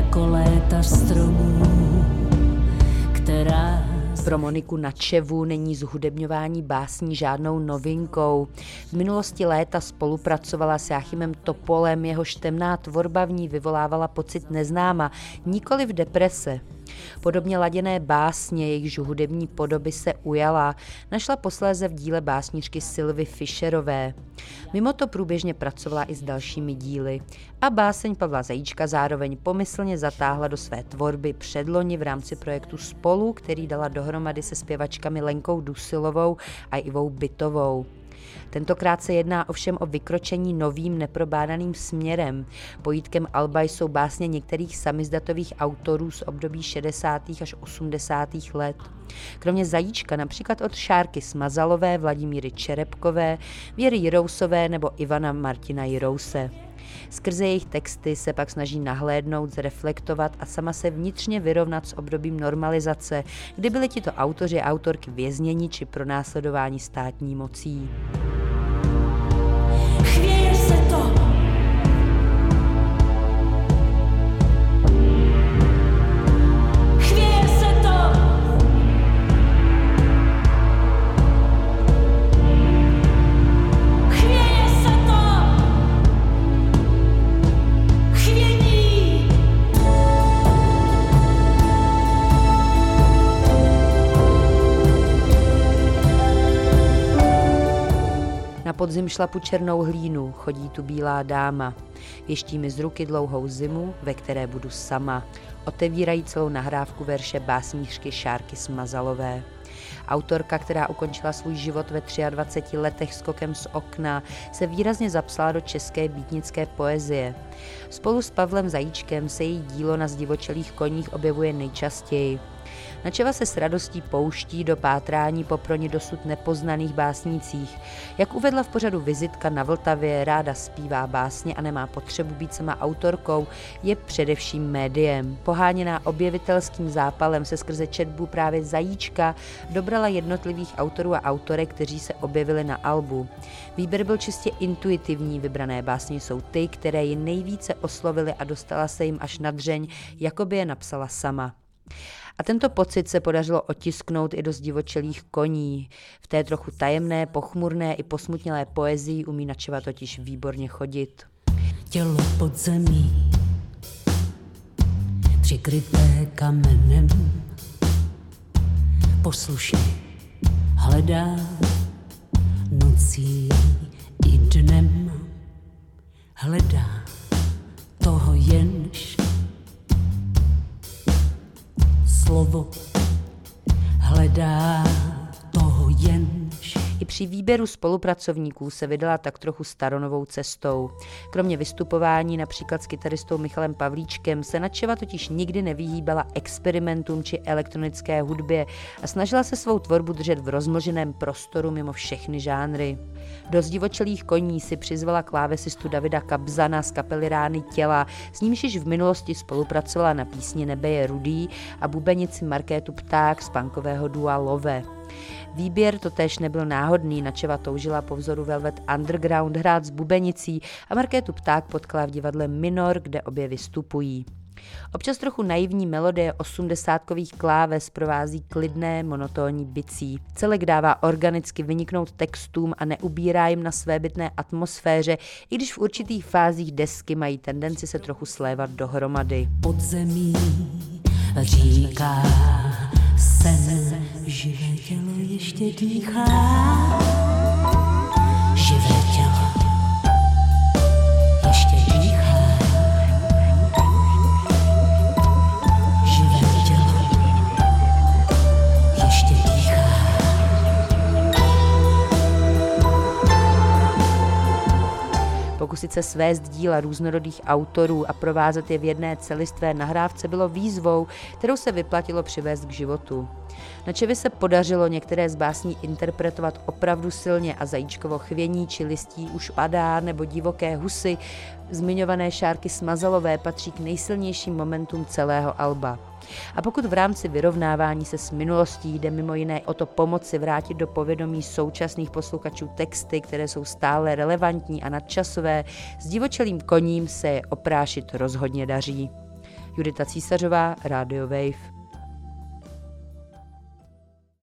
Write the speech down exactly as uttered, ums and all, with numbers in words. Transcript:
jako léta stromů, která... Pro Moniku Natševu není zhudebňování básní žádnou novinkou. V minulosti léta spolupracovala s Jáchymem Topolem, jehož temná tvorba v ní vyvolávala pocit neznáma, nikoli v deprese. Podobně laděné básně, jejichž hudební podoby se ujala, našla posléze v díle básnířky Sylvie Fischerové. Mimo to průběžně pracovala i s dalšími díly a báseň Pavla Zajíčka zároveň pomyslně zatáhla do své tvorby předloni v rámci projektu Spolu, který dala dohromady se zpěvačkami Lenkou Dusilovou a Ivou Bytovou. Tentokrát se jedná ovšem o vykročení novým neprobádaným směrem. Pojítkem alba jsou básně některých samizdatových autorů z období šedesátých až osmdesátých let. Kromě Zajíčka například od Šárky Smazalové, Vladimíry Čerepkové, Věry Jirousové nebo Ivana Martina Jirouse. Skrze jejich texty se pak snaží nahlédnout, zreflektovat a sama se vnitřně vyrovnat s obdobím normalizace, kdy byli tito autoři a autorky vězněni či pronásledování státní mocí. Chvěje se to! Chvěje se to! Chvěje se to! Chvění! Na podzim šlapu černou hlínu, chodí tu bílá dáma. Věští mi z ruky dlouhou zimu, ve které budu sama. Otevírají celou nahrávku verše básnířky Šárky Smazalové. Autorka, která ukončila svůj život ve dvaceti třech letech skokem z okna, se výrazně zapsala do české býtnické poezie. Spolu s Pavlem Zajíčkem se její dílo Na zdivočelých koních objevuje nejčastěji. Natševa se s radostí pouští do pátrání po pro ní dosud nepoznaných básnících. Jak uvedla v pořadu Vizitka na Vltavě, ráda zpívá básně a nemá potřebu být sama autorkou, je především médiem. Poháněná objevitelským zápalem se skrze četbu právě Zajíčka dobrala jednotlivých autorů a autorek, kteří se objevili na albu. Výběr byl čistě intuitivní, vybrané básně jsou ty, které ji nejvíce oslovily a dostala se jim až na dřeň, jako by je napsala sama. A tento pocit se podařilo otisknout i do Zdivočelých koní. V té trochu tajemné, pochmurné i posmutnělé poezii umí Natševa totiž výborně chodit. Tělo pod zemí, přikryté kamenem, poslušně hledá nocí i dnem. Hledá toho, jenž slovo hledá toho, jenž. I při výběru spolupracovníků se vydala tak trochu staronovou cestou. Kromě vystupování například s kytaristou Michalem Pavlíčkem se Natševa totiž nikdy nevyhýbala experimentům či elektronické hudbě a snažila se svou tvorbu držet v rozmlženém prostoru mimo všechny žánry. Do Zdivočelých koní si přizvala klávesistu Davida Kabzana z kapely Rány těla, s nímž již v minulosti spolupracovala na písni Nebe je rudý a bubenici Markétu Pták z punkového dua Love. Výběr totéž nebyl náhodný, Natševa toužila po vzoru Velvet Underground hrát s bubenicí a Markétu Pták potkala v divadle Minor, kde obě vystupují. Občas trochu naivní melodie osmdesátkových kláves provází klidné, monotónní bicí. Celek dává organicky vyniknout textům a neubírá jim na svébytné atmosféře, i když v určitých fázích desky mají tendenci se trochu slévat dohromady. Pod zemí říká sen, živé tělo ještě dýchá. Živé tělo ještě dýchá. Živé tělo ještě dýchá. Pokusit se svést díla různorodých autorů a provázet je v jedné celistvé nahrávce bylo výzvou, kterou se vyplatilo přivést k životu. Natševě se podařilo některé z básní interpretovat opravdu silně a Zajíčkovo chvění či listí už padá nebo divoké husy, zmiňované Šárky Smazalové, patří k nejsilnějším momentům celého alba. A pokud v rámci vyrovnávání se s minulostí jde mimo jiné o to pomoci vrátit do povědomí současných posluchačů texty, které jsou stále relevantní a nadčasové, Zdivočelým koním se je oprášit rozhodně daří. Judita Císařová, Radio Wave.